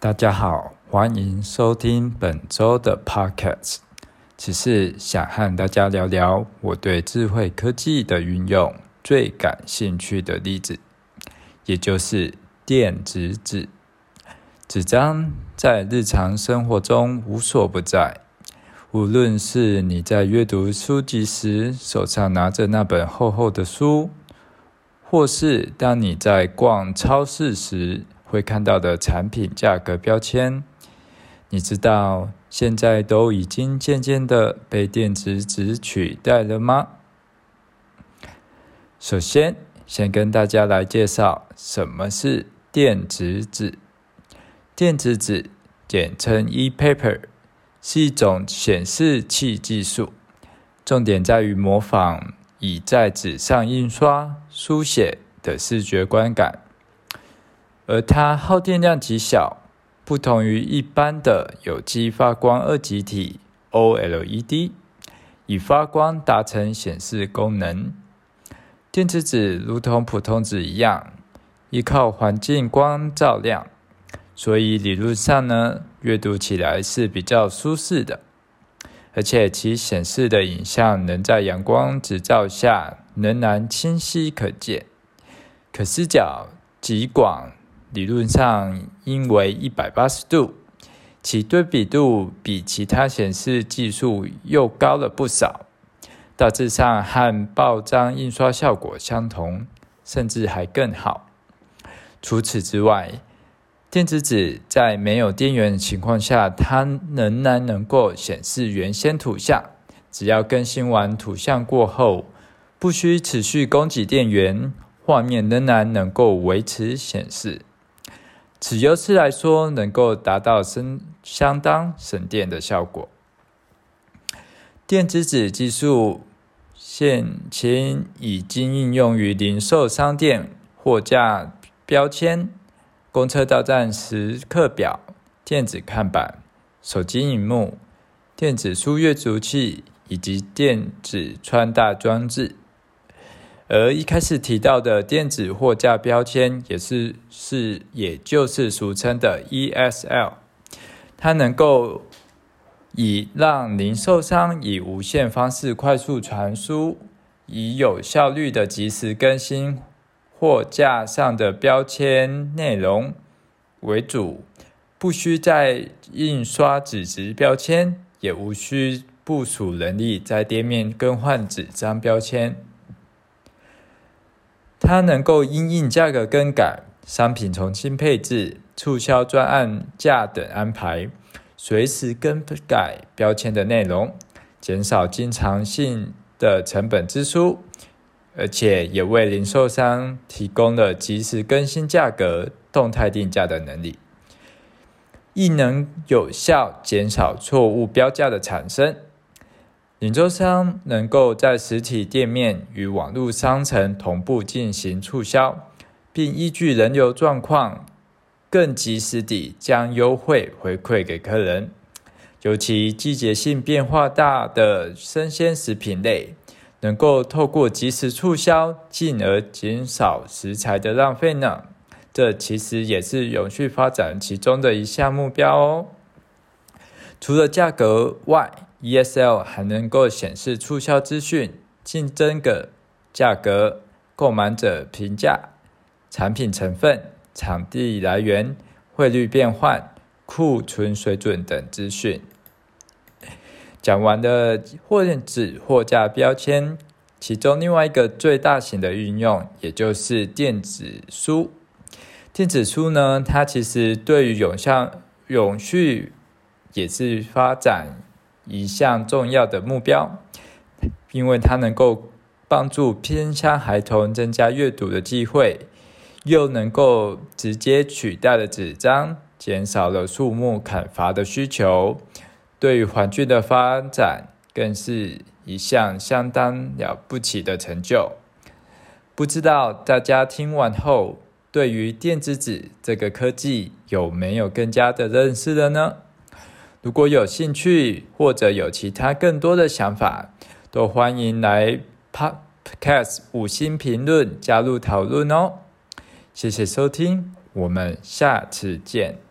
大家好，欢迎收听本周的 Podcast。只是想和大家聊聊我对智慧科技的运用最感兴趣的例子，也就是电子纸。纸张在日常生活中无所不在，无论是你在阅读书籍时手上拿着那本厚厚的书，或是当你在逛超市时会看到的产品价格标签，你知道现在都已经渐渐的被电子纸取代了吗？首先跟大家来介绍什么是电子纸。电子纸简称 e-paper， 是一种显示器技术，重点在于模仿已在纸上印刷、书写的视觉观感，而它耗电量极小，不同于一般的有机发光二极体 OLED， 以发光达成显示功能。电子纸如同普通纸一样，依靠环境光照亮，所以理论上呢，阅读起来是比较舒适的，而且其显示的影像能在阳光直照下仍然清晰可见，可视角极广，理论上应为180度，其对比度比其他显示技术又高了不少，大致上和报章印刷效果相同，甚至还更好。除此之外，电子纸在没有电源的情况下，它仍然能够显示原先图像，只要更新完图像过后，不需持续供给电源，画面仍然能够维持显示。此优势来说，能够达到相当省电的效果。电子纸技术现前已经应用于零售商店、货架标签、公车到站时刻表、电子看板、手机萤幕、电子书阅读器以及电子穿戴装置。而一开始提到的电子货架标签也就是俗称的 ESL， 它能够让零售商以无线方式快速传输，以有效率的及时更新货架上的标签内容为主，不需再印刷纸质标签，也无需部署人力在店面更换纸张标签。它能够因应价格更改、商品重新配置、促销专案价等安排，随时更改标签的内容，减少经常性的成本支出，而且也为零售商提供了及时更新价格、动态定价的能力，亦能有效减少错误标价的产生。零售商能够在实体店面与网络商城同步进行促销，并依据人流状况更及时地将优惠回馈给客人。尤其季节性变化大的生鲜食品类，能够透过及时促销，进而减少食材的浪费呢。这其实也是永续发展其中的一项目标哦。除了价格外，ESL 还能够显示促销资讯、竞争的价格、购买者评价、产品成分、产地来源、汇率变换、库存水准等资讯。讲完的电子货架标签，其中另外一个最大型的运用，也就是电子书。电子书呢，它其实对于永续也是发展一项重要的目标，因为它能够帮助偏乡孩童增加阅读的机会，又能够直接取代了纸张，减少了树木砍伐的需求，对于环境的发展更是一项相当了不起的成就。不知道大家听完后，对于电子纸这个科技有没有更加的认识了呢？如果有兴趣或者有其他更多的想法，都欢迎来 Podcast 5星评论加入讨论哦。谢谢收听，我们下次见。